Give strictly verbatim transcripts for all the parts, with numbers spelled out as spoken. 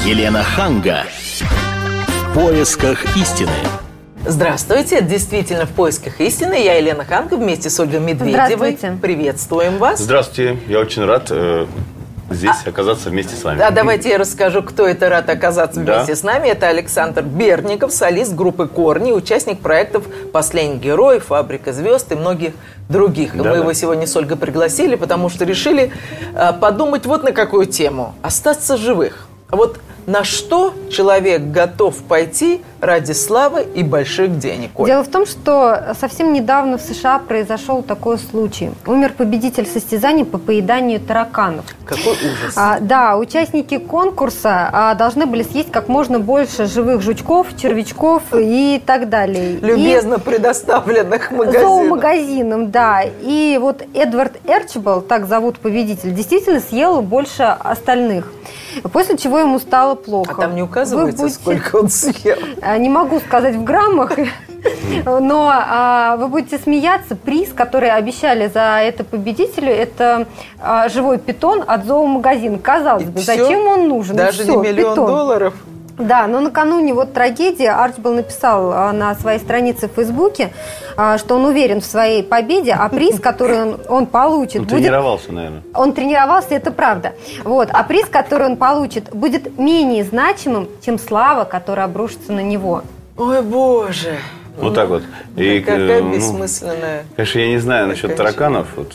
Елена Ханга. В поисках истины. Здравствуйте, это действительно «В поисках истины». Я Елена Ханга вместе с Ольгой Медведевой. Приветствуем вас. Здравствуйте, я очень рад э, здесь а, оказаться вместе с вами. А давайте я расскажу, кто это рад оказаться вместе да. с нами. Это Александр Берников, солист группы «Корни», участник проектов «Последний герой», «Фабрика звезд» и многих других. Да, Мы да. его сегодня с Ольгой пригласили, потому что решили э, подумать вот на какую тему. Остаться живых. Вот на что человек готов пойти ради славы и больших денег? Оль. Дело в том, что совсем недавно в США произошел такой случай. Умер победитель состязаний по поеданию тараканов. Какой ужас. А, да, участники конкурса а, должны были съесть как можно больше живых жучков, червячков и так далее. Любезно и предоставленных магазинам. Зоомагазином, да. И вот Эдвард Эрчибалд, так зовут победитель, действительно съел больше остальных. После чего ему стало плохо. А там не указывается, будете... сколько он съел? Не могу сказать в граммах, но а, вы будете смеяться. Приз, который обещали за это победителю, это а, живой питон от зоомагазина. Казалось бы, все? Зачем он нужен? Даже все, не миллион питон. долларов? Да, но накануне вот трагедии Арчибалд написал а, на своей странице в Фейсбуке, а, что он уверен в своей победе, а приз, который он, он получит... Он будет... тренировался, наверное. Он тренировался, это правда. Вот. А приз, который он получит, будет менее значимым, чем слава, которая обрушится на него. Ой, Боже! Вот так вот. И, какая ну, бессмысленная. Конечно, я не знаю насчет конечно. тараканов. Вот.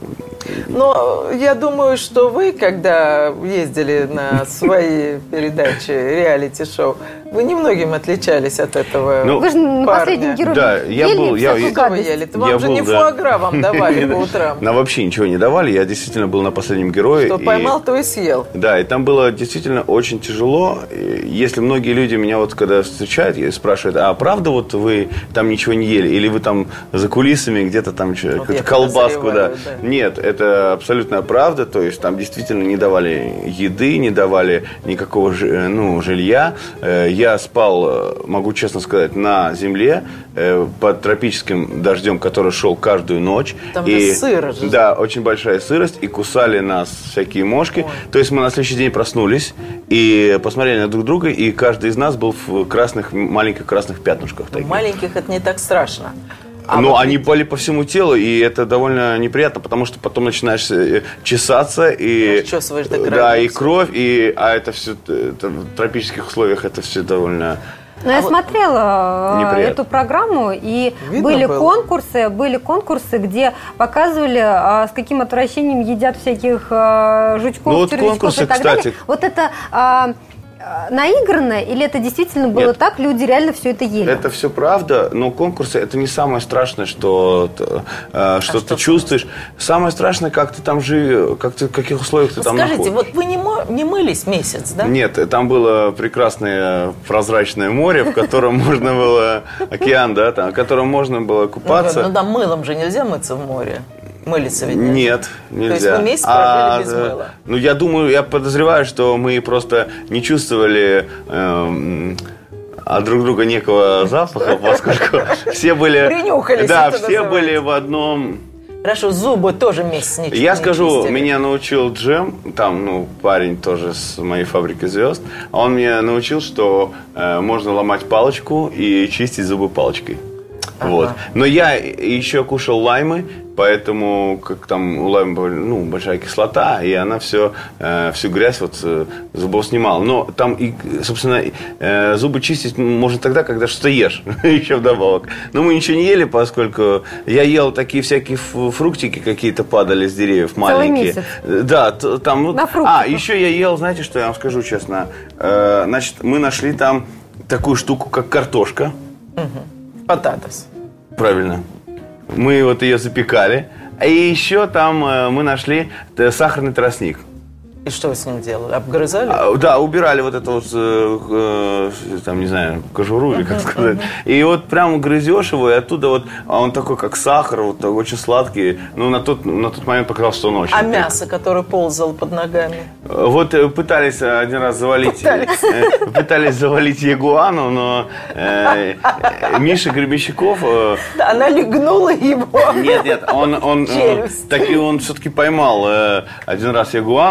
Но я думаю, что вы, когда ездили на свои передачи, реалити-шоу, вы немногим отличались от этого ну, Вы же на последнем герое да, я ели был, я, что вы ели? Вам я же был, не да. фуагра вам давали по утрам. Нам вообще ничего не давали. Я действительно был на последнем герое. Что поймал, то и съел. Да, и там было действительно очень тяжело. Если многие люди меня вот когда встречают и спрашивают, а правда вот вы там ничего не ели? Или вы там за кулисами где-то там вот какую-то колбаску, да. да? Нет, это абсолютная правда. То есть там действительно не давали еды, не давали никакого ну, жилья. Я спал, могу честно сказать, на земле под тропическим дождем, который шел каждую ночь. Там и, же сыро же. Да, очень большая сырость. И кусали нас всякие мошки. Ой. То есть мы на следующий день проснулись и посмотрели на друг друга. И каждый из нас был в красных, маленьких красных пятнышках. Таких. Маленьких это не так страшно. А Но вот они были по всему телу, и это довольно неприятно, потому что потом начинаешь чесаться, и, да, и кровь, и, а это все это, в тропических условиях это все довольно... Но а я вот смотрела неприятно. эту программу, и Видно были было? конкурсы, были конкурсы, где показывали, а, с каким отвращением едят всяких а, жучков, ну, вот червячков и так кстати. далее. Вот это... А, наигранно, или это действительно было Нет. так, люди реально все это ели? Это все правда, но конкурсы это не самое страшное, что, э, что а ты что чувствуешь. Самое страшное, как ты там живешь, как ты, в каких условиях ты ну, там скажите, находишься. вот вы не, не мылись месяц, да? Нет, там было прекрасное прозрачное море, в котором можно было, океан, да, там, в котором можно было купаться. Ну да, мылом же нельзя мыться в море. Мылиться ведь нельзя. Нет, нельзя. То есть вы месяц прожили а, без мыла? Ну, я думаю, я подозреваю, что мы просто не чувствовали э, от друг друга некого запаха, поскольку все были... Принюхались. Да, все были в одном... Хорошо, зубы тоже месяц ничего Я не скажу, чистили. Меня научил Джем, там, ну, парень тоже с моей фабрики звезд, он меня научил, что э, можно ломать палочку и чистить зубы палочкой. Ага. Вот. Но я еще кушал лаймы, поэтому как там у лайма ну, большая кислота, и она все, э, всю грязь вот с зубов снимала. Но там, и, собственно, э, зубы чистить можно тогда, когда что-то ешь, еще вдобавок. Но мы ничего не ели, поскольку я ел такие всякие фруктики какие-то падали с деревьев маленькие. Целый месяц. Да, там... Ну, на фруктиках. А, еще я ел, знаете, что я вам скажу честно? Э, значит, мы нашли там такую штуку, как картошка. Угу. Потатос. Правильно. Мы вот ее запекали. И еще там э, мы нашли сахарный тростник. И что вы с ним делали? Обгрызали? А, да, убирали вот это вот, э, э, там, не знаю, кожуру или как сказать. И вот прям грызешь его, и оттуда вот, а он такой, как сахар, вот очень сладкий. Ну, на тот, на тот момент показалось, что он очень. А мясо, которое ползало под ногами? Вот э, пытались один раз завалить, пытались, э, пытались завалить ягуану, но э, э, Миша Гребенщиков... Э, да, она легнула его. Нет, нет, он, он, э, так и он все-таки поймал э, один раз ягуану и пожал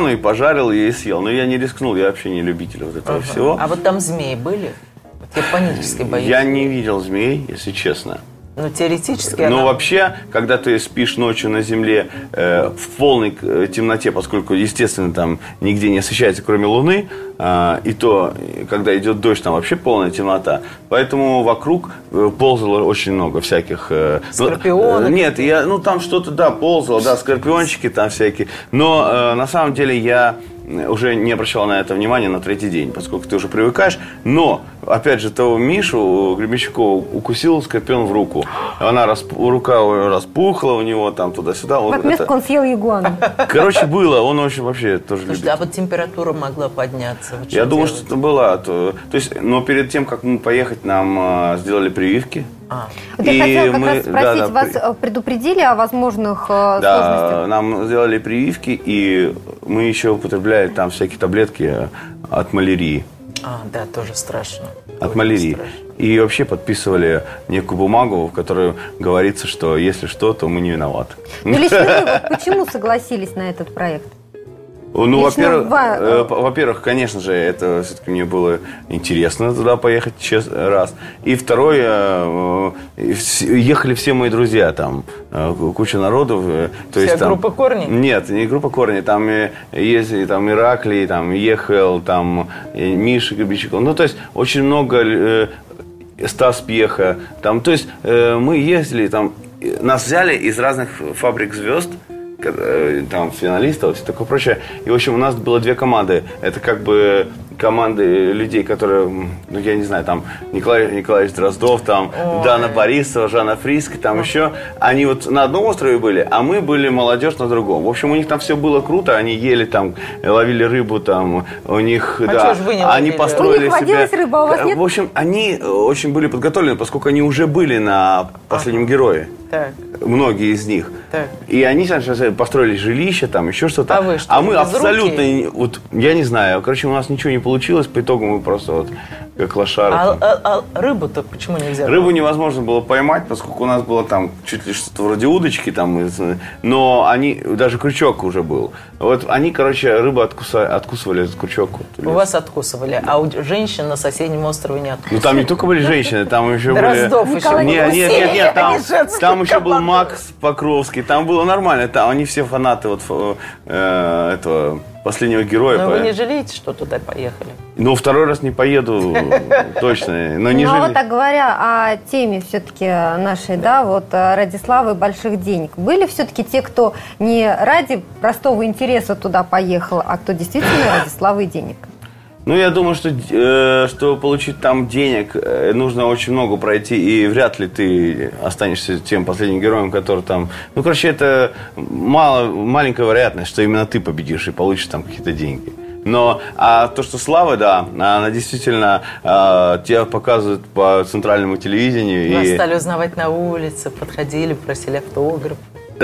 пожарил и съел. Но я не рискнул, я вообще не любитель вот этого ага. всего. А вот там змеи были? Вот я панически боюсь. Я не видел змей, если честно. Ну, теоретически... Но она... вообще, когда ты спишь ночью на земле э, в полной темноте, поскольку, естественно, там нигде не освещается, кроме луны, э, и то, когда идет дождь, там вообще полная темнота. Поэтому вокруг э, ползало очень много всяких... Э, Скорпионы? Ну, э, нет, я, ну там что-то, да, ползало, да, скорпиончики там всякие. Но э, на самом деле я... уже не обращал на это внимания на третий день, поскольку ты уже привыкаешь. Но, опять же, того Мишу Гребенщикова укусил скорпион в руку. Она расп... рука распухла у него там туда-сюда. В отместку это... он съел игуану. Короче, было. Он очень вообще тоже Слушайте, любит. а вот температура могла подняться? Вот Я думаю, делать? что это была. То, то есть, но перед тем, как мы поехать, нам а, сделали прививки. А. Вот я хотела как мы, раз спросить, да, да, вас при... предупредили о возможных э, да, сложностях? Нам сделали прививки, и мы еще употребляли там всякие таблетки от малярии. А, да, тоже страшно. От Очень малярии. страшно. И вообще подписывали некую бумагу, в которой говорится, что если что, то мы не виноваты. Ну, лично вы вот почему согласились на этот проект? Ну, во-первых, э, во-первых, конечно же, это все-таки мне было интересно туда поехать честно, раз. И второе, э, э, ехали все мои друзья там, э, куча народу. Э, то Вся есть, там, группа корней? Нет, не группа корней. Там э, есть там Ираклий, там ехал, там э, Миша Гребенщиков. Ну, то есть очень много... Э, Стас Пьеха. Там, то есть э, мы ездили, там, нас взяли из разных фабрик звезд, там, финалистов и все такое прочее. И, в общем, у нас было две команды. Это как бы команды людей, которые, ну, я не знаю, там, Николай Николаевич Дроздов, там, Ой. Дана Борисова, Жанна Фриск, там Ой. еще. Они вот на одном острове были, а мы были молодежь на другом. В общем, у них там все было круто. Они ели там, ловили рыбу там, у них, а да, вы не они построили у них себе... рыба, а у вас нет? В общем, они очень были подготовлены, поскольку они уже были на «Последнем ага. герое». Так. Многие из них. Так. И они сейчас построили жилище, там еще что-то. А вы что? А мы абсолютно, руки? вот я не знаю, короче, у нас ничего не получилось, по итогу мы просто вот как лошары. А, а, а рыбу-то почему нельзя? Рыбу невозможно было поймать, поскольку у нас было там чуть ли что-то вроде удочки, там, но они, даже крючок уже был. Вот они, короче, рыбу откуса, откусывали этот крючок. Вот, у вас откусывали, да. А у женщин на соседнем острове не откусывали? Ну там не только были женщины, там еще Дроздов были... еще Нет, нет, нет, нет, там, там еще был Макс Покровский, там было нормально, там они все фанаты вот э, этого «Последнего героя». Но вы не жалеете, что туда поехали? Ну, второй раз не поеду, точно. Но не ну, жалею. а вот так говоря о теме все-таки нашей, да, вот ради славы больших денег. Были все-таки те, кто не ради простого интереса туда поехал, а кто действительно ради славы и денег? Ну, я думаю, что, э, что получить там денег э, нужно очень много пройти, и вряд ли ты останешься тем последним героем, который там... Ну, короче, это мало, маленькая вероятность, что именно ты победишь и получишь там какие-то деньги. Но а то, что слава, да, она действительно а, тебя показывают по центральному телевидению. Вас и... стали узнавать на улице, подходили, просили автограф.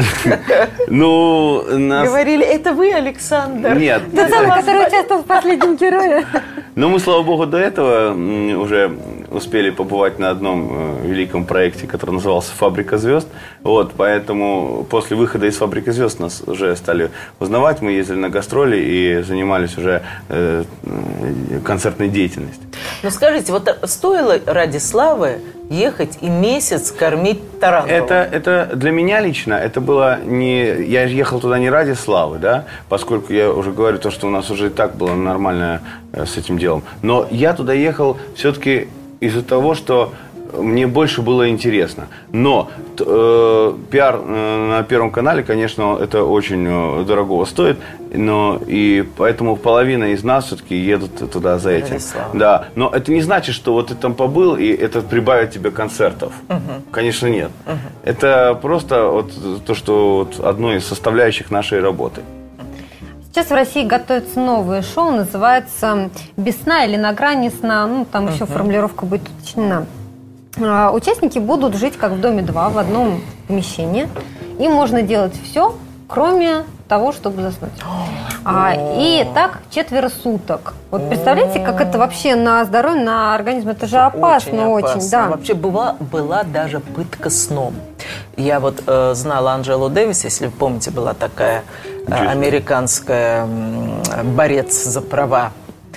Ну, нас... Говорили, это вы, Александр? Нет. Тот самый, который участвовал в «Последнем герое». Но мы, слава богу, до этого уже успели побывать на одном великом проекте, который назывался «Фабрика звезд». Вот, поэтому после выхода из «Фабрики звезд» нас уже стали узнавать. Мы ездили на гастроли и занимались уже э, концертной деятельностью. Ну, скажите, вот стоило ради славы ехать и месяц кормить тарантулу? Это, это для меня лично, это было не... Я ехал туда не ради славы, да, поскольку я уже говорю то, что у нас уже и так было нормально э, с этим делом. Но я туда ехал все-таки из-за того, что мне больше было интересно. Но э, пиар э, на Первом канале, конечно, это очень э, дорого стоит. Но и поэтому половина из нас все-таки едут туда за этим. Да. Но это не значит, что вот ты там побыл, и это прибавит тебе концертов. Угу. Конечно, нет. Угу. Это просто вот то, что вот одно из составляющих нашей работы. Сейчас в России готовится новое шоу, называется «Без сна» или «На грани сна». Ну, там uh-huh. еще формулировка будет уточнена. А, участники будут жить как в «Доме-два» в одном помещении. Им можно делать все, кроме того, чтобы заснуть. А, и так четверо суток. Вот представляете, как это вообще на здоровье, на организм? Это же опасно очень. очень да. Вообще была, была даже пытка сном. Я вот э, знала Анджелу Дэвис, если вы помните, была такая американская борец за права.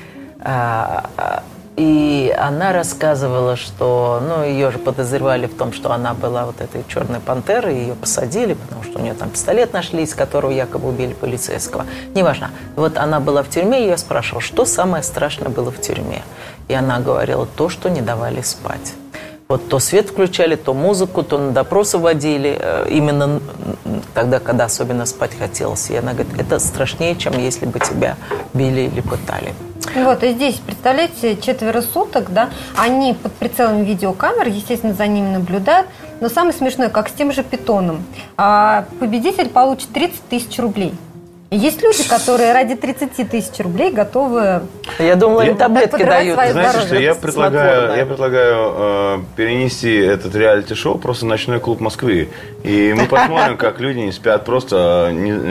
И она рассказывала, что, ну, ее же подозревали в том, что она была вот этой черной пантерой, ее посадили, потому что у нее там пистолет нашли, из которого якобы убили полицейского. Неважно. Вот она была в тюрьме, и я спрашивала, что самое страшное было в тюрьме. И она говорила, то, что не давали спать. Вот то свет включали, то музыку, то на допросы водили, именно тогда, когда особенно спать хотелось. И она говорит, это страшнее, чем если бы тебя били или пытали. Вот, и здесь, представляете, четверо суток, да, они под прицелом видеокамер, естественно, за ними наблюдают. Но самое смешное, как с тем же питоном. А победитель получит тридцать тысяч рублей. Есть люди, которые ради тридцати тысяч рублей готовы... Я думала, им таблетки дают. Знаете, что я предлагаю, я предлагаю э, перенести этот реалити-шоу просто в ночной клуб Москвы. И мы посмотрим, как люди не спят просто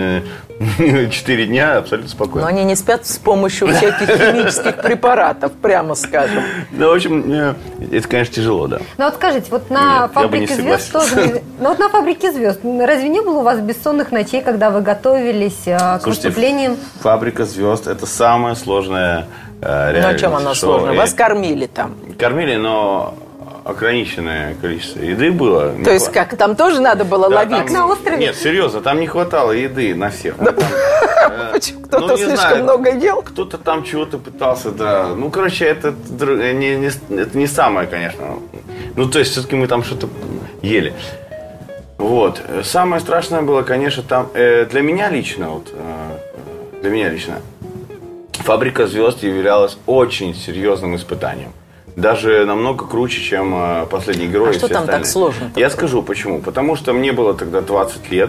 четыре дня абсолютно спокойно. Но они не спят с помощью всяких химических препаратов, прямо скажем. Да, в общем, это, конечно, тяжело, да. Ну вот скажите, вот на «Фабрике звезд» тоже... Ну вот на «Фабрике звезд» разве не было у вас бессонных ночей, когда вы готовились к выступлениям? «Фабрика звезд» — это самое сложное э, реалити-шоу. Ну, а чем оно сложное? Вас кормили там? Кормили, но ограниченное количество еды было. То есть хват... как, там тоже надо было да, ловить? Там... На острове? Нет, серьезно, там не хватало еды на всех. Да. Кто-то слишком много ел? Кто-то там чего-то пытался, да. Ну, короче, это не, не, это не самое, конечно. Ну, то есть, все-таки мы там что-то ели. Вот. Самое страшное было, конечно, там... Э, для меня лично, вот, э, для меня лично, «Фабрика звезд» являлась очень серьезным испытанием. Даже намного круче, чем э, «Последний герой». А что там остальные. Так сложно? Я скажу, почему. Потому что мне было тогда двадцать лет,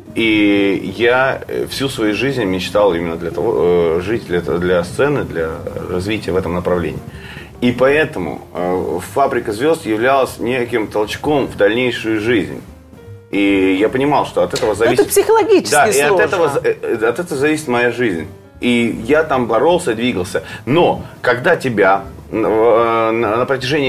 и я всю свою жизнь мечтал именно для того, э, жить для, для сцены, для развития в этом направлении. И поэтому э, «Фабрика звезд» являлась неким толчком в дальнейшую жизнь. И я понимал, что от этого зависит... Это психологически да, сложно. И от этого, от этого зависит моя жизнь. И я там боролся, двигался. Но когда тебя на протяжении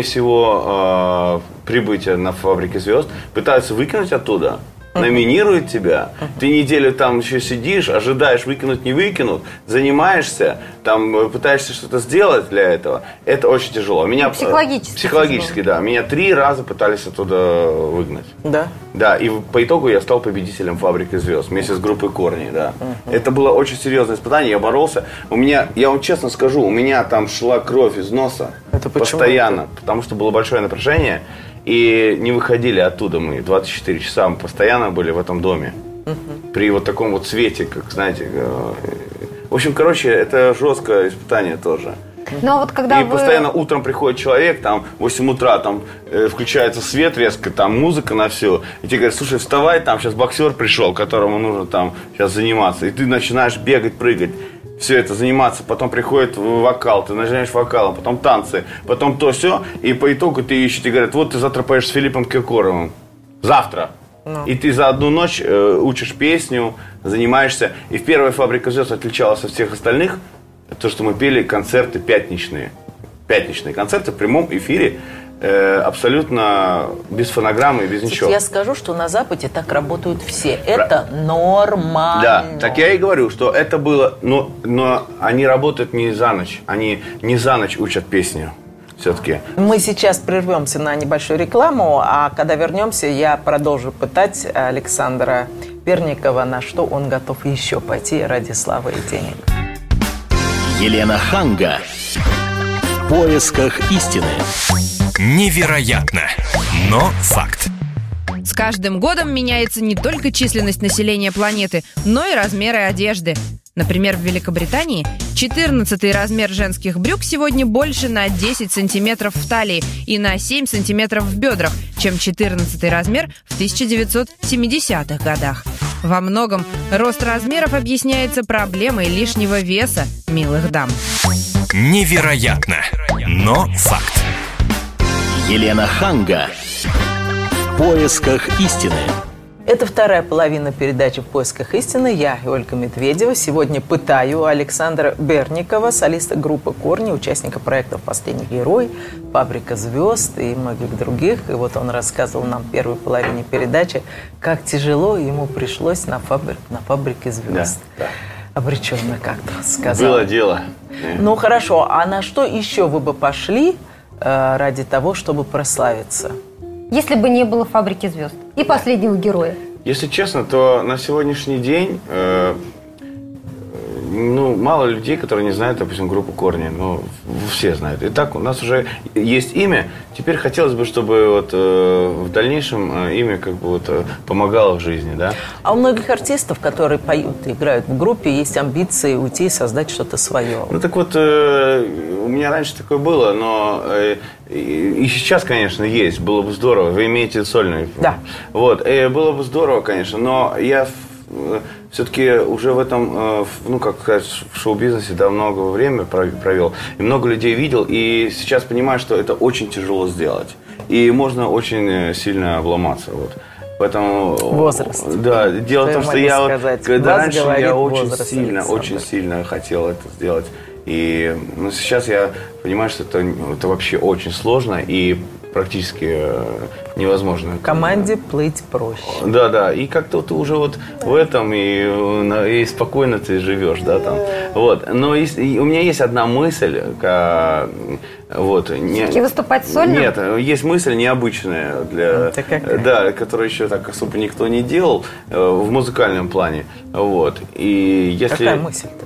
всего э, прибытия на «Фабрике звезд» пытаются выкинуть оттуда, номинируют тебя, ты неделю там еще сидишь, ожидаешь, выкинут, не выкинут, занимаешься, там пытаешься что-то сделать для этого, это очень тяжело. Меня, психологически. Психологически, тяжело. Да. Меня три раза пытались оттуда выгнать. Да? Да, и по итогу я стал победителем «Фабрики звезд» вместе с группой «Корни», да. Uh-huh. Это было очень серьезное испытание, я боролся. У меня, я вам честно скажу, у меня там шла кровь из носа. Это постоянно, это? Потому что было большое напряжение. И не выходили оттуда мы. двадцать четыре часа мы постоянно были в этом доме. Uh-huh. При вот таком вот свете, как, знаете... В общем, короче, это жесткое испытание тоже. Но вот когда и вы... постоянно утром приходит человек, там, в восемь утра, там, э, включается свет резко, там, музыка на все. И тебе говорят, слушай, вставай, там, сейчас боксер пришел, которому нужно, там, сейчас заниматься. И ты начинаешь бегать, прыгать. Все это заниматься, потом приходит вокал, ты начинаешь вокалом, потом танцы, потом то все, и по итогу ты еще тебе говорят, вот ты завтра поешь с Филиппом Киркоровым, завтра. No. И ты за одну ночь э, учишь песню, занимаешься. И в первой «Фабрика звезд» отличалась от всех остальных, то, что мы пели концерты пятничные, пятничные концерты в прямом эфире, э, абсолютно без фонограммы и без ничего. Я скажу, что на Западе так работают все. Это нормально. Да, так я и говорю, что это было, но, но они работают не за ночь, они не за ночь учат песню. Все-таки. Мы сейчас прервемся на небольшую рекламу, а когда вернемся, я продолжу пытать Александра Перникова, на что он готов еще пойти ради славы и денег. Елена Ханга. В поисках истины. Невероятно, но факт. С каждым годом меняется не только численность населения планеты, но и размеры одежды. Например, в Великобритании четырнадцатый размер женских брюк сегодня больше на десять сантиметров в талии и на семь сантиметров в бедрах, чем четырнадцатый размер в тысяча девятьсот семидесятых годах. Во многом рост размеров объясняется проблемой лишнего веса милых дам. Невероятно, но факт. Елена Ханга. В поисках истины. Это вторая половина передачи «В поисках истины». Я, Ольга Медведева, сегодня пытаю Александра Берникова, солиста группы «Корни», участника проектов «Последний герой», «Фабрика звезд» и многих других. И вот он рассказывал нам в первой половине передачи, как тяжело ему пришлось на, фабри... на «Фабрике звезд». Да, да. Обреченно как-то сказал. Было дело. Ну хорошо, а на что еще вы бы пошли э, ради того, чтобы прославиться? Если бы не было «Фабрики звезд» и «Последнего героя». Если честно, то на сегодняшний день э, ну, мало людей, которые не знают, допустим, группу «Корни». Ну, все знают. Итак, у нас уже есть имя. Теперь хотелось бы, чтобы вот, э, в дальнейшем э, имя как бы вот, э, помогало в жизни, да? А у многих артистов, которые поют и играют в группе, есть амбиции уйти и создать что-то свое. Ну, так вот, э, у меня раньше такое было, но э, и, и сейчас, конечно, есть. Было бы здорово. Вы имеете сольный. Да. Вот. И было бы здорово, конечно, но я... все-таки уже в этом, ну, как сказать, в шоу-бизнесе, да, много времени провел, и много людей видел, и сейчас понимаю, что это очень тяжело сделать, и можно очень сильно обломаться, вот. Поэтому... Возраст. Да, дело в том, что я, вот, когда раньше я очень возраст, сильно, Александр. очень сильно хотел это сделать, и ну, сейчас я понимаю, что это, это вообще очень сложно, и практически невозможно. В команде плыть проще. Да, да. И как-то ты уже вот в этом и, и спокойно ты живешь, да, там. Вот. Но есть, у меня есть одна мысль, к, вот. Не, выступать сольно? Нет, есть мысль необычная для, да, которую еще так особо никто не делал в музыкальном плане. Вот. И если, какая мысль-то?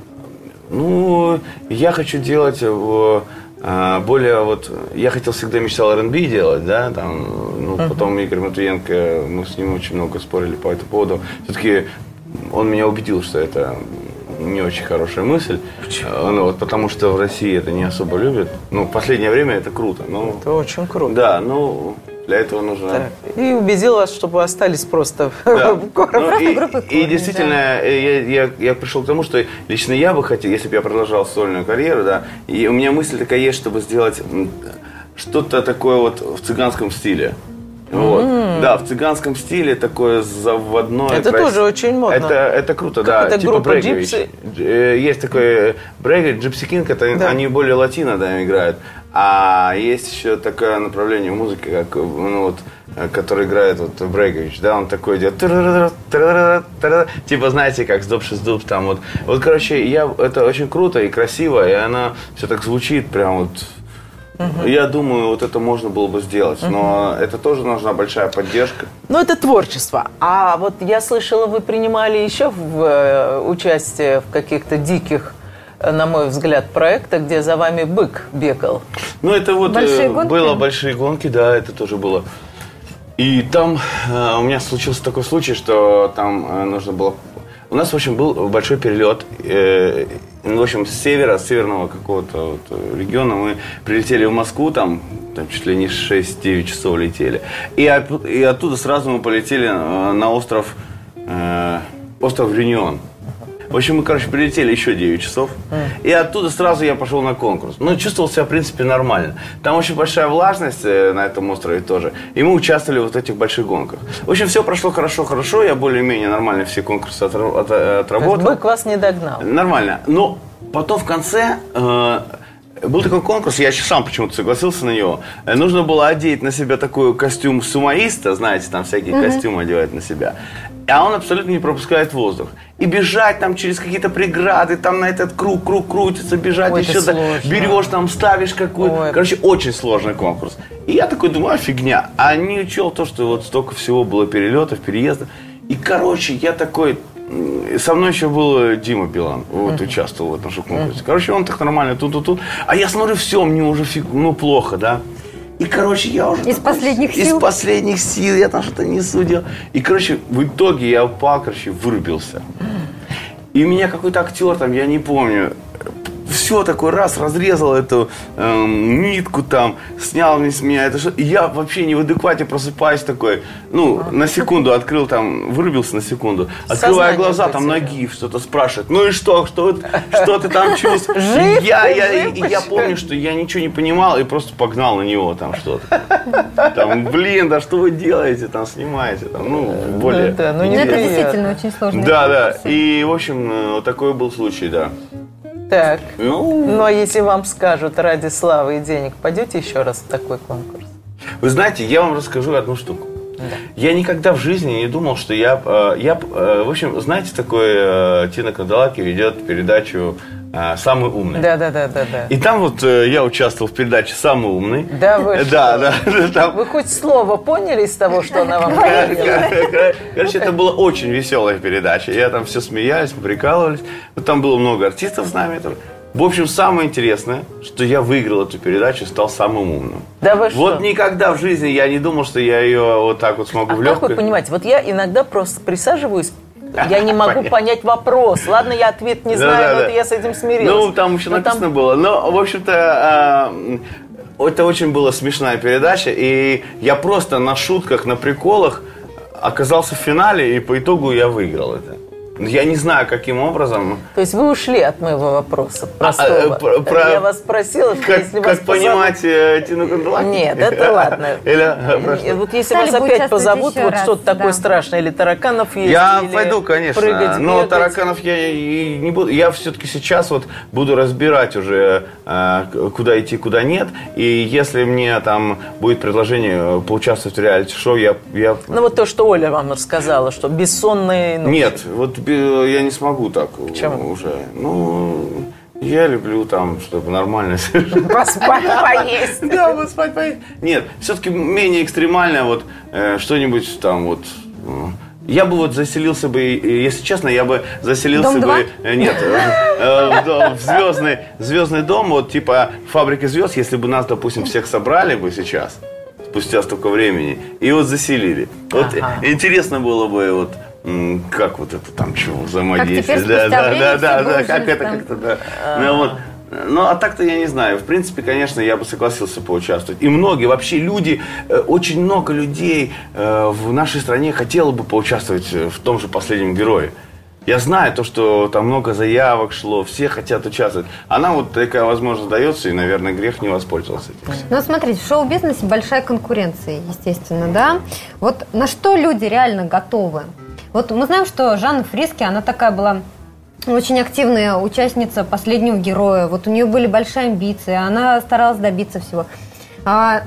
Ну, я хочу делать в А, более вот, я хотел всегда, мечтал ар энд би делать, да, там, ну, uh-huh. потом Игорь Матвиенко, мы с ним очень много спорили по этому поводу. Все-таки он меня убедил, что это не очень хорошая мысль. Почему? Ну, вот, потому что в России это не особо любят. Ну, в последнее время это круто. Ну, это очень круто. Да, ну, для этого нужно... Так. И убедил вас, чтобы вы остались просто да. в городе. Ну, и, группы и, и действительно, да. я, я, я пришел к тому, что лично я бы хотел, если бы я продолжал сольную карьеру, да, и у меня мысль такая есть, чтобы сделать что-то такое вот в цыганском стиле. Вот. Mm. Да, в цыганском стиле такое заводное. Это крас... тоже очень модно. Это, это круто, как да. Это типа группа Gypsy? Есть такой Breakage, Gypsy King, это да. Они более латино, да, играют. А есть еще такое направление в музыке, как, ну, вот, который играет вот Breakage, да, он такой идет, типа, знаете, как с Дуб-шиз-дуб, там вот. Вот, короче, я, это очень круто и красиво, и она все так звучит прям вот. Uh-huh. Я думаю, вот это можно было бы сделать, uh-huh. но это тоже нужна большая поддержка. Ну, это творчество. А вот я слышала, вы принимали еще в, э, участие в каких-то диких, на мой взгляд, проектах, где за вами бык бегал. Ну, это вот большие э, было большие гонки, да, это тоже было. И там э, у меня случился такой случай, что там э, нужно было... У нас, в общем, был большой перелет. Э, в общем, с севера, с северного какого-то вот региона мы прилетели в Москву, там, там чуть ли не шесть-девять часов летели. И, и оттуда сразу мы полетели на остров, э, остров Реюнион. В общем, мы, короче, прилетели еще девять часов. И оттуда сразу я пошел на конкурс. Ну, чувствовал себя, в принципе, нормально. Там очень большая влажность на этом острове тоже. И мы участвовали в вот этих больших гонках. В общем, все прошло хорошо-хорошо. Я более-менее нормально все конкурсы отработал. Бык вас не догнал. Нормально. Но потом в конце... Э, был такой конкурс, я еще сам почему-то согласился на него. Нужно было одеть на себя такой костюм сумоиста, знаете, там всякие mm-hmm. костюмы одевают на себя. А он абсолютно не пропускает воздух. И бежать там через какие-то преграды, там на этот круг, круг крутится, бежать. Ой, еще берешь, там ставишь какую-то. Короче, очень сложный конкурс. И я такой думаю, а фигня. А не учел то, что вот столько всего было перелетов, переездов. И, короче, я такой... Со мной еще был Дима Билан, вот, uh-huh. участвовал в этом же конкурсе. Короче, он так нормально тут-тут-тут. А я смотрю, все, мне уже фиг, ну, плохо, да. И, короче, я уже... Из такой, последних из сил? Из последних сил, я там что-то не судил. И, короче, в итоге я упал, короче, вырубился. И у меня какой-то актер там, я не помню, все такой раз разрезал эту э, нитку там, снял с меня это что. И я вообще не в адеквате просыпаюсь такой, ну, на секунду открыл там, вырубился на секунду, открывая глаза, там Нагиев что-то спрашивает. Ну и что, что, что ты там чувствуешь? Жив, я, я, жив, и я помню, что я ничего не понимал и просто погнал на него там что-то. Там, блин, да что вы делаете, там снимаете, там, ну, более. Ну, да, ну, Ну, это неприятно. действительно очень сложно. Да, да. И, в общем, вот такой был случай, да. Так, Ну, ну а если вам скажут ради славы и денег, пойдете еще раз в такой конкурс? вы знаете, я вам расскажу одну штуку. Я никогда в жизни не думал, что я... э, я э, в общем, знаете, такой э, Тина Канделаки ведет передачу э, «Самый умный». Да, да, да, да, да. И там вот э, я участвовал в передаче «Самый умный». Да, вы что? Да, да. Там... Вы хоть слово поняли из того, что она вам говорила? Короче, это была очень веселая передача. Я там все смеялись, мы прикалывались. Вот там было много артистов с нами. В общем, самое интересное, что я выиграл эту передачу и стал самым умным. Да вы что? Вот никогда в жизни я не думал, что я ее вот так вот смогу А в как легкой... вы понимаете, вот я иногда просто присаживаюсь, я не могу понять вопрос. Ладно, я ответ не знаю, Да, да, но да. это я с этим смирилась. Ну, там еще Но написано там- было. Но, в общем-то, а, это очень была смешная передача. И я просто на шутках, на приколах оказался в финале, и по итогу я выиграл это. Я не знаю, каким образом. То есть вы ушли от моего вопроса простого. А, э, про- про- Я вас спросила, что Как, если как вас позовут- понимать э, Тину Канделаки? Нет, это ладно. Или, э, про что? И Вот если Стали вас бы опять участвовать позовут, еще вот раз, что-то такое да. страшное, или тараканов есть, Я или пойду, конечно, прыгать, но бегать. тараканов я и не буду. Я все-таки сейчас вот буду разбирать уже, э, куда идти, куда нет. И если мне там будет предложение поучаствовать в реалити-шоу, я, я... Ну вот то, что Оля вам рассказала, что бессонные ночи. Нет, вот э, я не смогу так Почему? уже. Ну, я люблю там, чтобы нормально Поспать, поесть. Да, вот спать, поесть. Нет, все-таки менее экстремально, вот э, что-нибудь там вот. э, Я бы вот заселился бы, и, если честно, я бы заселился Дом два? бы, э, нет, э, э, в, дом- в звездный, звездный дом, вот типа «Фабрика звезд», если бы нас, допустим, всех собрали бы сейчас, спустя столько времени, и вот заселили. Вот Ага. интересно было бы вот, м, как вот это там чего взаимодействие. теперь спустя да, время да, все да, будут да, как жить это там. как-то, да. Ну, вот. Ну, а так-то я не знаю. В принципе, конечно, я бы согласился поучаствовать. И многие, вообще люди, э, очень много людей э, в нашей стране хотело бы поучаствовать в том же «Последнем герое». Я знаю то, что там много заявок шло, все хотят участвовать. А нам вот такая возможность дается, и, наверное, грех не воспользоваться этим. Ну, смотрите, в шоу-бизнесе большая конкуренция, естественно, да? Вот на что люди реально готовы? Вот мы знаем, что Жанна Фриске, она такая была очень активная участница «Последнего героя». Вот у нее были большие амбиции, она старалась добиться всего. А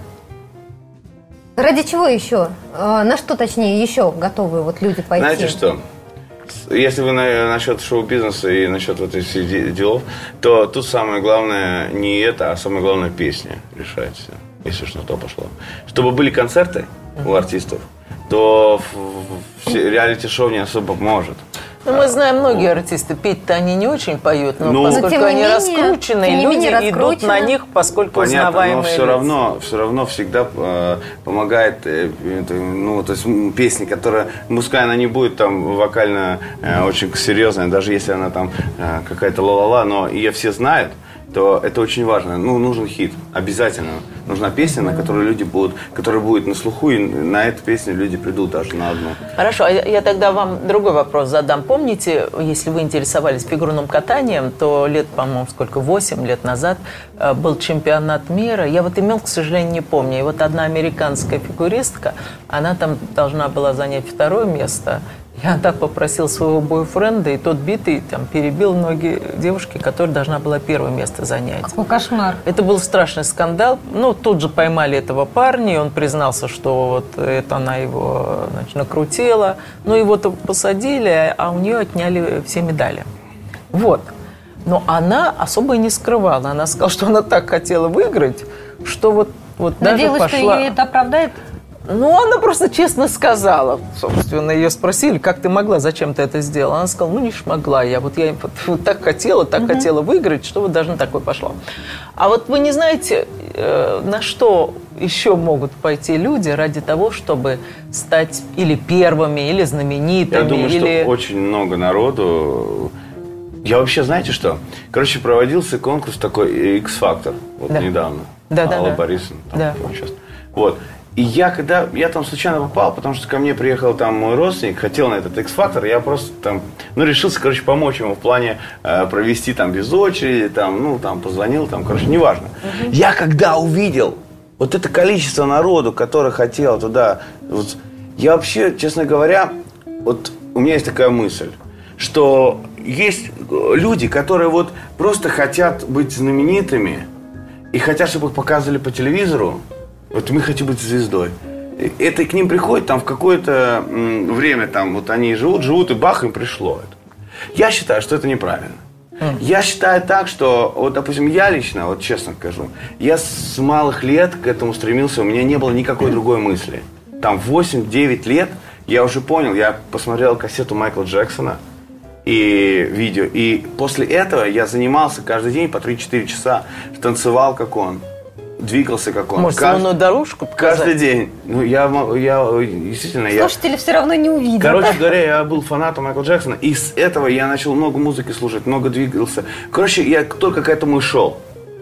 ради чего еще? А на что, точнее, еще готовы вот люди пойти? Знаете что? Если вы на, насчет шоу-бизнеса и насчет вот этих всех де- делов, то тут самое главное не это, а самое главное песня решает все, если что то пошло. Чтобы были концерты у артистов, то в- в- в реалити-шоу не особо поможет. Ну, мы знаем, многие артисты петь-то они не очень поют, но Ну, поскольку Но, тем не они менее, раскручены, тем не люди менее, идут раскручены. на них, поскольку Понятно, но узнаваемые все лица. равно, все равно всегда э, помогает, э, это, ну, то есть м, песня, которая, пускай она не будет там вокально э, очень серьезная, даже если она там э, какая-то ла-ла-ла, но ее все знают, то это очень важно. Ну, нужен хит, обязательно. Нужна песня, на которую люди будут, которая будет на слуху, и на эту песню люди придут даже на одну. Хорошо, а я я тогда вам другой вопрос задам. Помните, если вы интересовались фигурным катанием, то лет, по-моему, сколько, восемь лет назад э, был чемпионат мира. Я вот имен, к сожалению, не помню. И вот одна американская фигуристка, она там должна была занять второе место. И она попросила своего бойфренда, и тот битый там перебил ноги девушки, которая должна была первое место занять. Какой кошмар. Это был страшный скандал. Ну, тут же поймали этого парня, и он признался, что вот это она его, значит, накрутила. Ну, его-то посадили, а у нее отняли все медали. Вот. Но она особо и не скрывала. Она сказала, что она так хотела выиграть, что вот, вот даже Надеялась, пошла... что ее это оправдает? Ну, она просто честно сказала. Собственно, ее спросили, как ты могла, зачем ты это сделала? Она сказала, ну, не ж могла я. Вот я вот, вот так хотела, так uh-huh. хотела выиграть, что вот даже на такое пошло. А вот вы не знаете, э, на что еще могут пойти люди ради того, чтобы стать или первыми, или знаменитыми, Я думаю, или... что очень много народу Я вообще, знаете что? Короче, проводился конкурс такой X-Factor. Вот да. недавно. Да, да, Алла да. Борисовна там да. сейчас. Вот. И я когда, я там случайно попал, потому что ко мне приехал там мой родственник, хотел на этот X-Factor, я просто там, ну, решился, короче, помочь ему в плане э, провести там без очереди, там, ну, там, позвонил, там, короче, неважно. Угу. Я когда увидел вот это количество народу, который хотел туда, вот, я вообще, честно говоря, вот у меня есть такая мысль, что есть люди, которые вот просто хотят быть знаменитыми и хотят, чтобы их показывали по телевизору. Вот мы хотим быть звездой. Это к ним приходит там в какое-то м, время, там вот они живут, живут, и бах, им пришло это. Я считаю, что это неправильно. Mm. Я считаю так, что, вот, допустим, я лично, вот честно скажу, я с малых лет к этому стремился, у меня не было никакой другой мысли. Там восемь-девять лет я уже понял, я посмотрел кассету Майкла Джексона и видео, и после этого я занимался каждый день по три-четыре часа, танцевал как он. Двигался как он. Может, салонную дорожку показать? Каждый день. Ну, я, я действительно... Слушатели я, все равно не увидят. Короче говоря, я был фанатом Майкла Джексона, и с этого я начал много музыки слушать, много двигался. Короче, я только к этому и шел.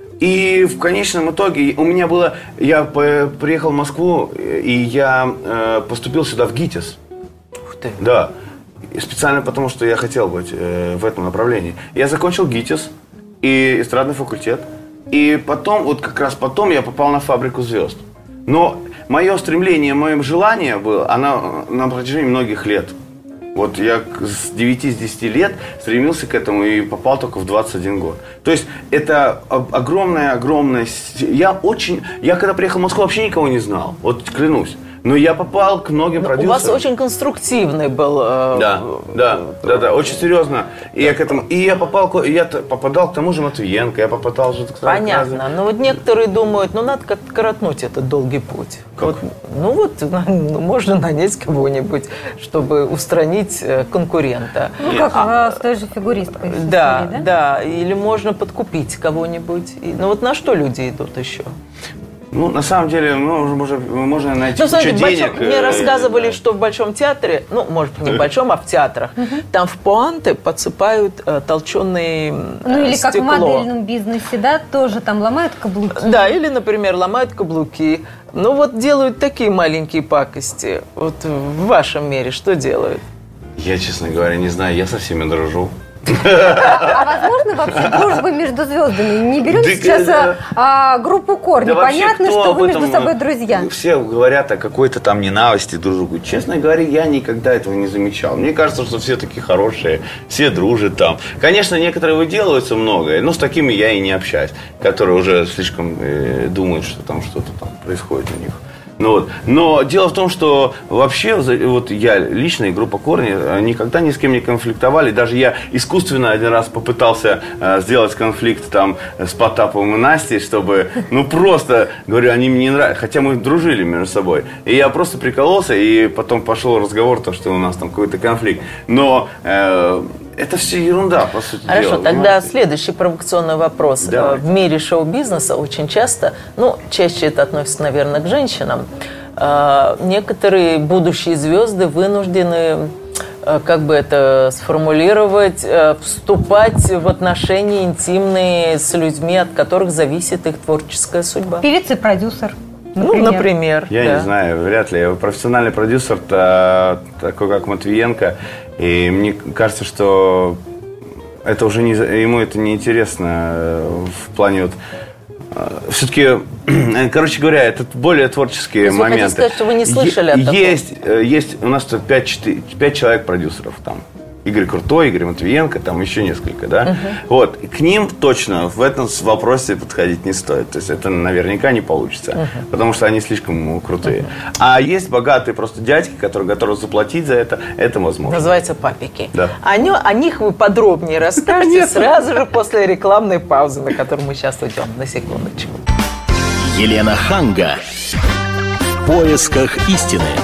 И в конечном итоге у меня было... Я приехал в Москву, и я э, поступил сюда в ГИТИС. Ух ты. Да. И специально потому, что я хотел быть э, в этом направлении. Я закончил ГИТИС и эстрадный факультет. И потом, вот как раз потом я попал на «Фабрику звезд». Но мое стремление, мое желание было, оно на протяжении многих лет. Вот я с девяти-десяти лет стремился к этому и попал только в двадцать один год. То есть это огромная-огромная... Я очень... Я когда приехал в Москву, вообще никого не знал. Вот клянусь. Но я попал к многим Но продюсерам. У вас очень конструктивный был... Э, да, да, да, да, очень серьезно. И я к этому... И я попал... Я попадал к тому же Матвиенко, я попадал... Понятно. Но вот некоторые думают, ну, надо как-то коротнуть этот долгий путь. Как? Вот, ну, вот ну, можно нанять кого-нибудь, чтобы устранить конкурента. Ну, как а, с той же фигуристкой. Да, истории, да, да. Или можно подкупить кого-нибудь. И, ну, вот на что люди идут еще? Ну, на самом деле, ну, можно, можно найти ну, кучу большом, денег. Мне рассказывали, да. что в Большом театре, ну, может быть, не в Большом, а в театрах, uh-huh. там в пуанты подсыпают э, толченые Ну, или стекло. как в модельном бизнесе, да, тоже там ломают каблуки. Да, или, например, ломают каблуки. Ну, вот делают такие маленькие пакости. Вот в вашем мире что делают? Я, честно говоря, не знаю, я со всеми дружу. А возможно вообще дружба между звездами? Не берем да, сейчас да. А, а, группу «Корни». Да Понятно, что вы между собой друзья. Все говорят о какой-то там ненависти друг к другу. Честно говоря, я никогда этого не замечал. Мне кажется, что все такие хорошие, все дружат там. Конечно, некоторые выделываются многое, но с такими я и не общаюсь, которые уже слишком э, думают, что там что-то там происходит у них. Ну, вот. Но дело в том, что вообще вот я лично и группа «Корни» никогда ни с кем не конфликтовали. Даже я искусственно один раз попытался э, сделать конфликт там с Потаповым и Настей, чтобы, ну просто, говорю, они мне не нравятся. Хотя мы дружили между собой. И я просто прикололся, и потом пошел разговор, то, что у нас там какой-то конфликт. Но... Э, это все ерунда, по сути дела. Хорошо, тогда понимаете? Следующий провокационный вопрос. Давай. В мире шоу-бизнеса очень часто, ну, чаще это относится, наверное, к женщинам, некоторые будущие звезды вынуждены, как бы это сформулировать, вступать в отношения интимные с людьми, от которых зависит их творческая судьба. Певица и продюсер. Например. Ну, например. Я да. не знаю, вряд ли. Профессиональный продюсер, такой как Матвиенко, и мне кажется, что это уже не, ему это не интересно в плане вот... Все-таки, короче говоря, это более творческие То есть моменты. Вы хотите сказать, что вы не слышали о таком? Есть, есть у нас тут пять человек продюсеров там. Игорь Крутой, Игорь Матвиенко, там еще несколько, да. Uh-huh. Вот, к ним точно в этом вопросе подходить не стоит. То есть это наверняка не получится, uh-huh. потому что они слишком крутые. Uh-huh. А есть богатые просто дядьки, которые готовы заплатить за это, это возможно. Называется папики. Да. О, о них вы подробнее расскажете сразу же после рекламной паузы, на которую мы сейчас уйдем. На секундочку. Елена Ханга. В поисках истины.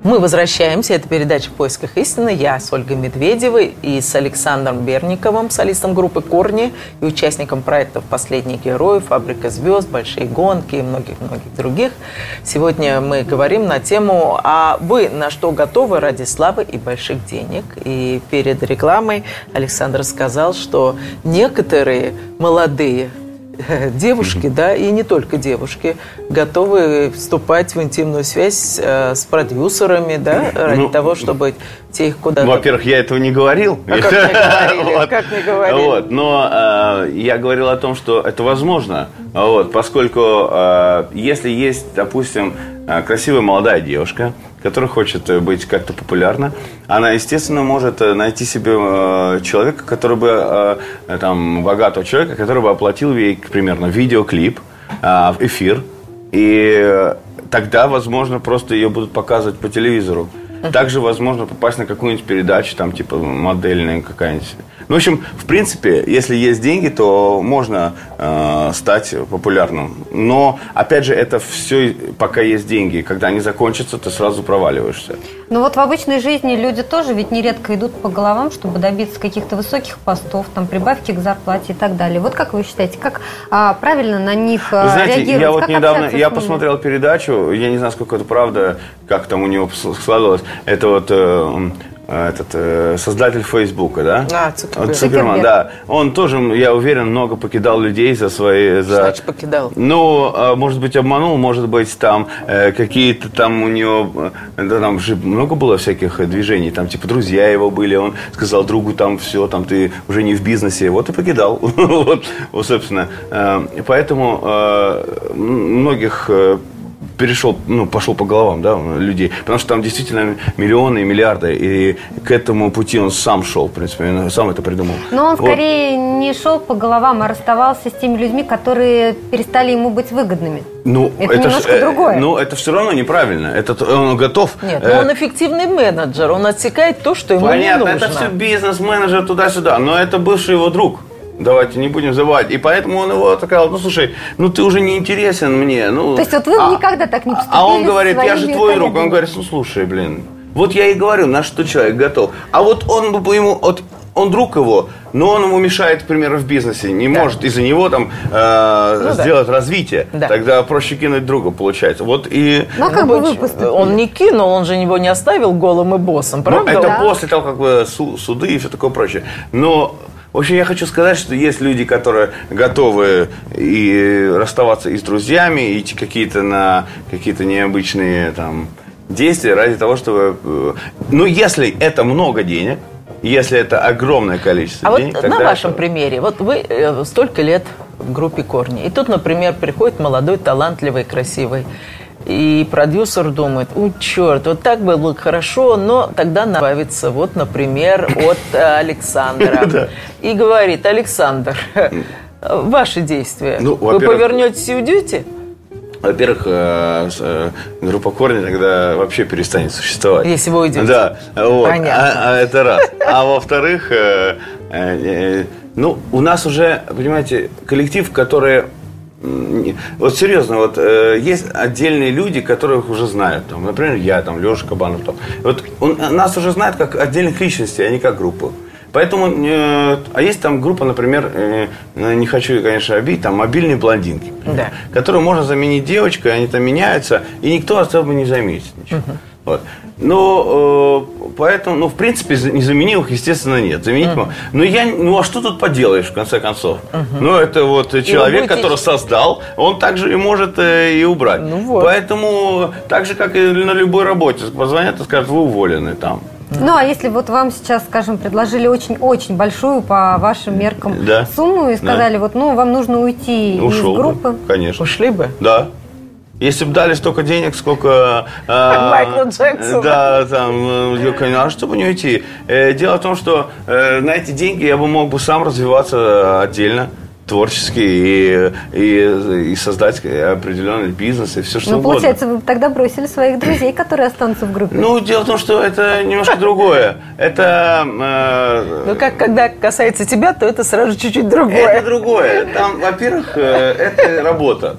Мы возвращаемся. Это передача «В поисках истины». Я с Ольгой Медведевой и с Александром Берниковым, солистом группы «Корни» и участником проектов «Последний герой», «Фабрика звезд», «Большие гонки» и многих-многих других. Сегодня мы говорим на тему «А вы на что готовы ради славы и больших денег?» И перед рекламой Александр сказал, что некоторые молодые девушки, mm-hmm. да, и не только девушки, готовы вступать в интимную связь э, с продюсерами, да, ради ну, того, чтобы те их куда-то... Ну, во-первых, я этого не говорил. А как не говорили? Вот. Как не говорили? Вот. Но э, я говорил о том, что это возможно, вот, поскольку э, если есть, допустим, красивая молодая девушка, которая хочет быть как-то популярна, она, естественно, может найти себе э, человека, который бы, э, там, богатого человека, который бы оплатил ей, примерно, видеоклип, э, эфир, и тогда, возможно, просто ее будут показывать по телевизору. Также возможно попасть на какую-нибудь передачу, там, типа, модельная какая-нибудь. Ну, в общем, в принципе, если есть деньги, то можно э, стать популярным. Но, опять же, это все, пока есть деньги. Когда они закончатся, ты сразу проваливаешься. Ну, вот в обычной жизни люди тоже ведь нередко идут по головам, чтобы добиться каких-то высоких постов, там, прибавки к зарплате и так далее. Вот как вы считаете, как а, правильно на них а, Вы знаете, реагировать? я вот как недавно, я посмотрел передачу, я не знаю, сколько это правда, как там у него складывалось. Это вот э, этот э, создатель Фейсбука, да? А, Цукерберг. Цукерман, да. Он тоже, я уверен, много покидал людей за свои... За... Значит, покидал. Ну, может быть, обманул, может быть, там э, какие-то там у него... Да, там же много было всяких движений, там типа друзья его были, он сказал другу там все, там ты уже не в бизнесе, вот и покидал. Вот, собственно. Поэтому многих... перешел, ну, пошел по головам, да, людей. Потому что там действительно миллионы и миллиарды. И к этому пути он сам шел, в принципе, он сам это придумал. Но он вот. скорее не шел по головам, а расставался с теми людьми, которые перестали ему быть выгодными. Ну, это, это немножко ж, другое. Ну, это все равно неправильно. Это, он готов. Нет, но он эффективный менеджер. Он отсекает то, что ему Понятно, не нужно. это все бизнес-менеджер туда-сюда. Но это бывший его друг. Давайте не будем забывать. И поэтому он его сказал, ну, слушай, ну, ты уже не интересен мне. Ну, то есть вот вы а, никогда так не поступили. А он говорит, я же твой коллегами. друг. Он говорит, ну, слушай, блин, вот я и говорю, на что человек готов. А вот он бы ему, вот, он друг его, но он ему мешает, к примеру, в бизнесе. Не да. может из-за него там э, ну, сделать да. развитие. Да. Тогда проще кинуть друга, получается. Вот и... Ну, а как бы вы поступили? Он не кинул, он же его не оставил голым и боссом, правда? Ну, это да. после того, как бы суды и все такое прочее. Но... В общем, я хочу сказать, что есть люди, которые готовы и расставаться и с друзьями, и идти какие-то на какие-то необычные там действия ради того, чтобы... Ну, если это много денег, если это огромное количество а денег... А вот на вашем это... примере, вот вы э, столько лет в группе «Корни», и тут, например, приходит молодой, талантливый, красивый, и продюсер думает, у, черт, вот так было бы хорошо, но тогда набавится, вот, например, от Александра. И говорит, Александр, ваши действия, вы повернетесь и уйдете? Во-первых, группа «Корни» тогда вообще перестанет существовать. Если вы уйдете. Да, вот. Понятно. А, а это раз. А во-вторых, э, э, ну, у нас уже, понимаете, коллектив, который... Вот серьезно, вот э, есть отдельные люди, которых уже знают. Там, например, я, там, Леша Кабанов. Там. Вот он, нас уже знают как отдельных личностей, а не как группу. Поэтому, э, а есть там группа, например, э, не хочу, конечно, обидеть, там мобильные блондинки, да. которые можно заменить девочкой, они там меняются, и никто особо не заметит ничего. Uh-huh. Вот. Но э, поэтому, ну, в принципе, незаменимых, естественно, нет. Заменить uh-huh. могу. Но я, ну, а что тут поделаешь, в конце концов? Uh-huh. Ну, это вот человек, будете... который создал, он также и может э, и убрать. Ну, вот. Поэтому, так же, как и на любой работе, позвонят и скажут, вы уволены там. Ну, а если вот вам сейчас, скажем, предложили очень-очень большую по вашим меркам да. сумму и сказали, да. вот, ну, вам нужно уйти Ушел из группы. Бы, конечно. Ушли бы? Да. Если бы дали столько денег, сколько... Как Майкл Джексон. Да, там, а что бы не уйти? Дело в том, что на эти деньги я бы мог бы сам развиваться отдельно. творческий и, и, и создать определенный бизнес и все что ну, угодно. Получается, вы тогда бросили своих друзей, которые останутся в группе. Ну, дело в том, что это немножко другое. Это... Э, ну, как когда касается тебя, то это сразу чуть-чуть другое. Это другое. Там, во-первых, э, это работа.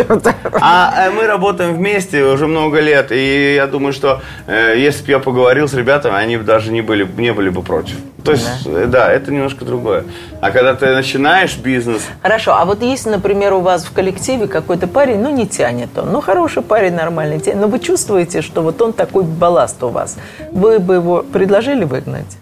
А мы работаем вместе уже много лет, и я думаю, что э, если бы я поговорил с ребятами, они даже не были, не были бы против. То есть, да. да, это немножко другое. А когда ты начинаешь бизнес... Хорошо, а вот если, например, у вас в коллективе какой-то парень, ну, не тянет он, ну, хороший парень, нормальный, тянет, но вы чувствуете, что вот он такой балласт у вас, вы бы его предложили выгнать?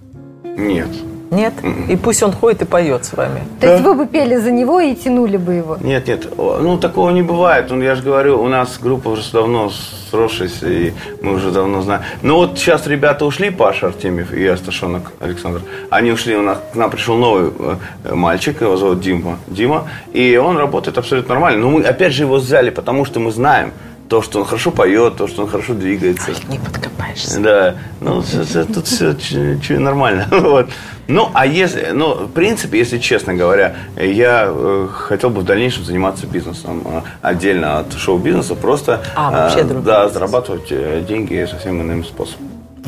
Нет. Нет? И пусть он ходит и поет с вами. То есть вы бы пели за него и тянули бы его? Нет, нет. Ну, такого не бывает. Я же говорю, у нас группа уже давно сросшаяся, и мы уже давно знаем. Но вот сейчас ребята ушли, Паша Артемьев и Асташонок Александр. Они ушли, у нас, к нам пришел новый мальчик, его зовут Дима. Дима. И он работает абсолютно нормально. Но мы опять же его взяли, потому что мы знаем то, что он хорошо поет, то, что он хорошо двигается. Ой, не подкопаешься. Да, ну, тут все нормально. Вот. Ну, а если, ну, в принципе, если честно говоря, я э, хотел бы в дальнейшем заниматься бизнесом э, отдельно от шоу-бизнеса, просто а, вообще э, да, бизнес. зарабатывать э, деньги совсем иным способом.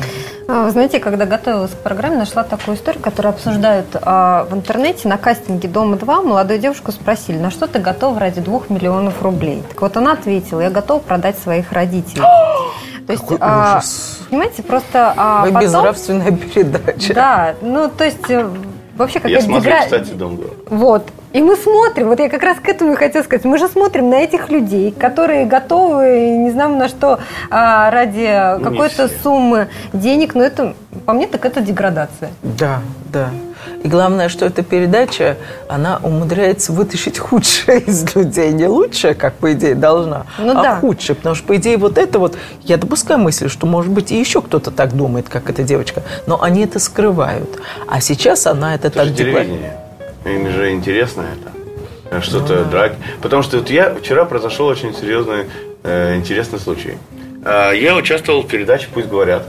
Вы знаете, когда готовилась к программе, нашла такую историю, которую обсуждают а, в интернете. На кастинге «Дома-два» молодую девушку спросили, на что ты готова ради двух миллионов рублей. Так вот она ответила, я готова продать своих родителей. То есть, а, понимаете, просто а, Вы потом... безнравственная передача. Да, ну то есть вообще какая-то... Я смотрю, дегра... кстати, «Дом-два». Вот. И мы смотрим, вот я как раз к этому и хотела сказать, мы же смотрим на этих людей, которые готовы, не знаю на что, а, ради ну, какой-то суммы денег, но это, по мне, так это деградация. Да, да. И главное, что эта передача, она умудряется вытащить худшее из людей. Не лучшее, как, по идее, должна, ну, а да. худшее. Потому что, по идее, вот это вот... Я допускаю мысль, что, может быть, и еще кто-то так думает, как эта девочка. Но они это скрывают. А сейчас она это, это так декларирует. Им же интересно это. Что-то ну, да. драки. Потому что вот я вчера произошел очень серьезный, э, интересный случай. Э, я участвовал в передаче «Пусть говорят».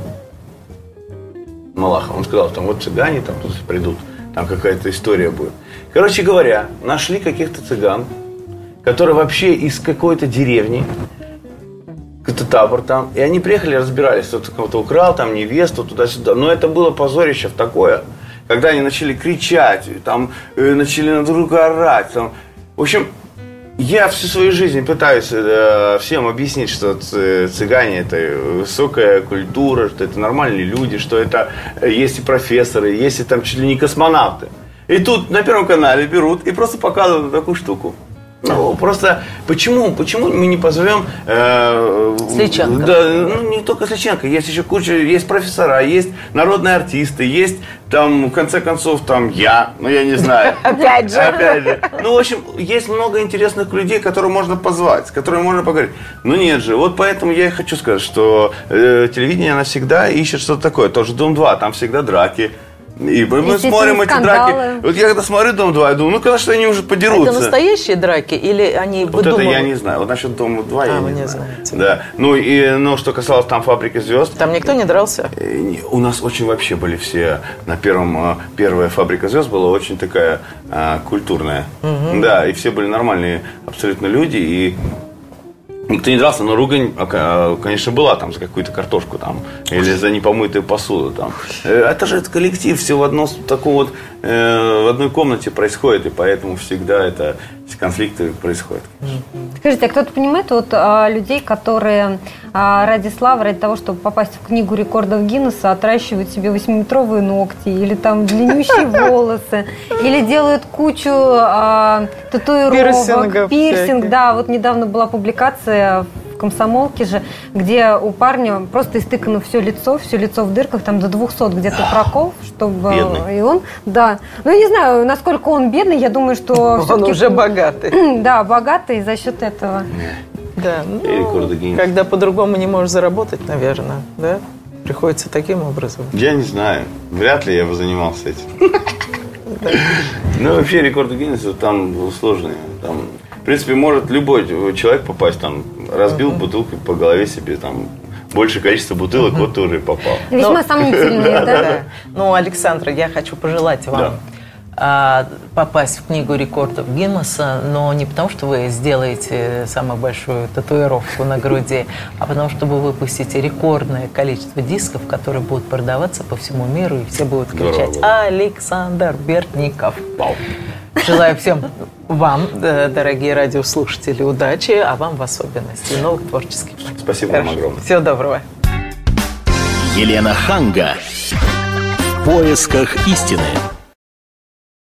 Малахов. Он сказал, там вот цыгане там придут, там какая-то история будет. Короче говоря, нашли каких-то цыган, которые вообще из какой-то деревни, какой-то табор там, и они приехали, разбирались, кто-то кого-то украл, там невесту, туда-сюда. Но это было позорище в такое, когда они начали кричать, там, э, начали на друг друга орать. Там. В общем, я всю свою жизнь пытаюсь э, всем объяснить, что цыгане – это высокая культура, что это нормальные люди, что это э, есть и профессоры, есть и там чуть ли не космонавты. И тут на Первом канале берут и просто показывают такую штуку. Ну, просто почему, почему мы не позовем... Э, Сличенко. Да, ну, не только Сличенко. Есть еще куча, есть профессора, есть народные артисты, есть там, в конце концов, там я, ну, я не знаю. Опять же. Опять же. Ну, в общем, есть много интересных людей, которые можно позвать, с которыми можно поговорить. Ну, нет же. Вот поэтому я и хочу сказать, что э, телевидение, оно всегда ищет что-то такое. Тоже «Дом-два», там всегда драки. И мы смотрим эти скандалы. драки. Вот я когда смотрю «Дом-два», я думаю, ну, когда что они уже подерутся. Это настоящие драки или они Вот выдумывают? это я не знаю. Вот насчет «Дома-два» а, я вы не, не знаю. знаете. Да. Ну, и, ну, что касалось там «Фабрики звезд». Там никто не дрался? У нас очень вообще были все на первом, первая «Фабрика звезд» была очень такая а, культурная. Угу. Да, и все были нормальные абсолютно люди, и никто не дрался, но ругань, конечно, была там за какую-то картошку там, или за непомытую посуду там. Это же это коллектив, все в одном таком вот, э, в одной комнате происходит, и поэтому всегда это конфликты происходят. Скажите, а кто-то понимает вот а, людей, которые а, ради славы, ради того, чтобы попасть в книгу рекордов Гиннесса, отращивают себе восьмиметровые ногти, или там длиннющие волосы, или делают кучу а, татуировок, пирсинг. Да, вот недавно была публикация в «Комсомолке» же, где у парня просто истыкано все лицо, все лицо в дырках, там до двухсот где-то прокол, чтобы... Бедный. И он, да. Ну, я не знаю, насколько он бедный, я думаю, что... Он уже богатый. Да, богатый за счет этого. Да, ну, когда по-другому не можешь заработать, наверное, да? Приходится таким образом. Я не знаю. Вряд ли я бы занимался этим. Ну, вообще, рекорды Гиннесса там сложные. Там, в принципе, может любой человек попасть, там, разбил uh-huh. бутылку по голове себе, там, большее количество бутылок, uh-huh. вот ты уже попал. Весьма сомнительные, да? Ну, Александра, я хочу пожелать вам а, попасть в книгу рекордов Гиннесса, но не потому, что вы сделаете самую большую татуировку на груди, а потому, что вы выпустите рекордное количество дисков, которые будут продаваться по всему миру, и все будут кричать: Александр Бертников. Вау. Желаю всем вам, дорогие радиослушатели, удачи, а вам в особенности новых творческих проектов. Спасибо вам огромное. Всего доброго. Елена Ханга. В поисках истины.